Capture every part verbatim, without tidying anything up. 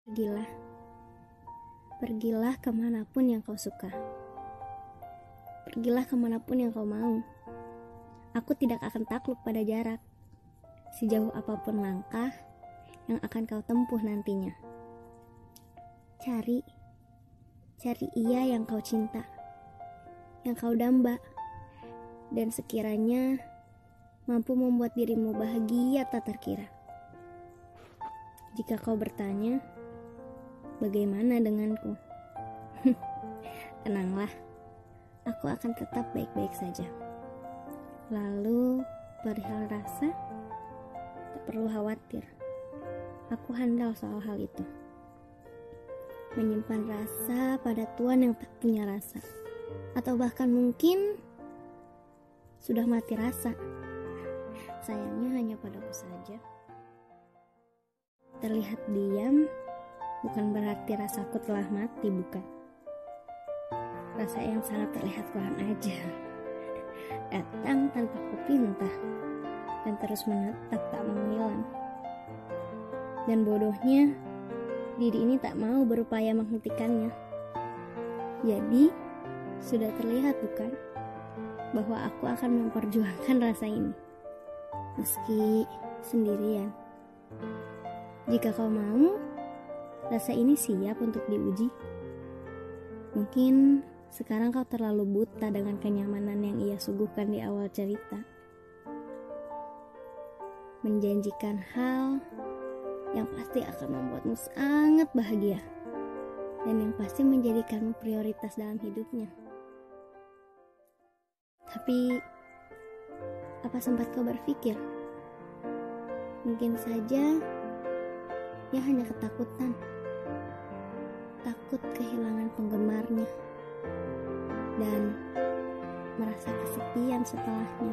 Pergilah, pergilah kemanapun yang kau suka. Pergilah kemanapun yang kau mau. Aku tidak akan takluk pada jarak, sejauh apapun langkah yang akan kau tempuh nantinya. Cari, cari ia yang kau cinta, yang kau damba, dan sekiranya mampu membuat dirimu bahagia tak terkira. Jika kau bertanya, bagaimana denganku? Tenanglah, aku akan tetap baik-baik saja. Lalu, perihal rasa, tak perlu khawatir. Aku handal soal hal itu. Menyimpan rasa pada tuan yang tak punya rasa, atau bahkan mungkin sudah mati rasa. Sayangnya hanya padaku saja. Terlihat diam bukan berarti rasaku telah mati, bukan. Rasa yang sangat terlihat pelan aja, datang tanpa kupinta, dan terus menetap tak menghilang. Dan bodohnya, diri ini tak mau berupaya menghentikannya. Jadi, sudah terlihat bukan, bahwa aku akan memperjuangkan rasa ini, meski sendirian. Jika kau mau, rasa ini siap untuk diuji. Mungkin sekarang kau terlalu buta dengan kenyamanan yang ia suguhkan di awal cerita. Menjanjikan hal yang pasti akan membuatmu sangat bahagia, dan yang pasti menjadikanmu prioritas dalam hidupnya. Tapi, apa sempat kau berpikir? Mungkin saja ia hanya ketakutan. Takut kehilangan penggemarnya dan merasa kesepian setelahnya.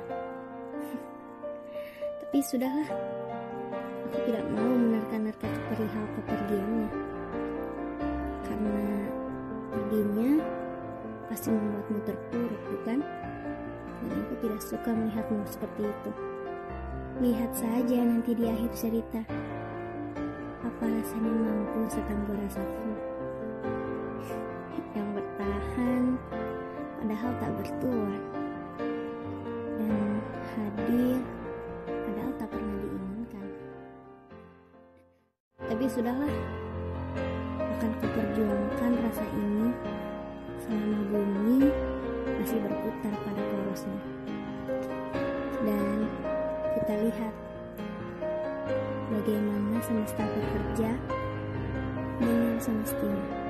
Tapi sudahlah, aku tidak mau menerka-nerka perihal kepergiannya, karena perginya pasti membuatmu terpuruk, bukan? Dan aku tidak suka melihatmu seperti itu. Lihat saja nanti di akhir cerita, apa rasanya mampu setangguh rasaku yang bertahan padahal tak bertuan, dan hadir padahal tak pernah diinginkan. Tapi sudahlah, akan kuperjuangkan rasa ini selama bumi masih berputar pada porosnya. Dan kita lihat bagaimana semesta bekerja dengan semestinya.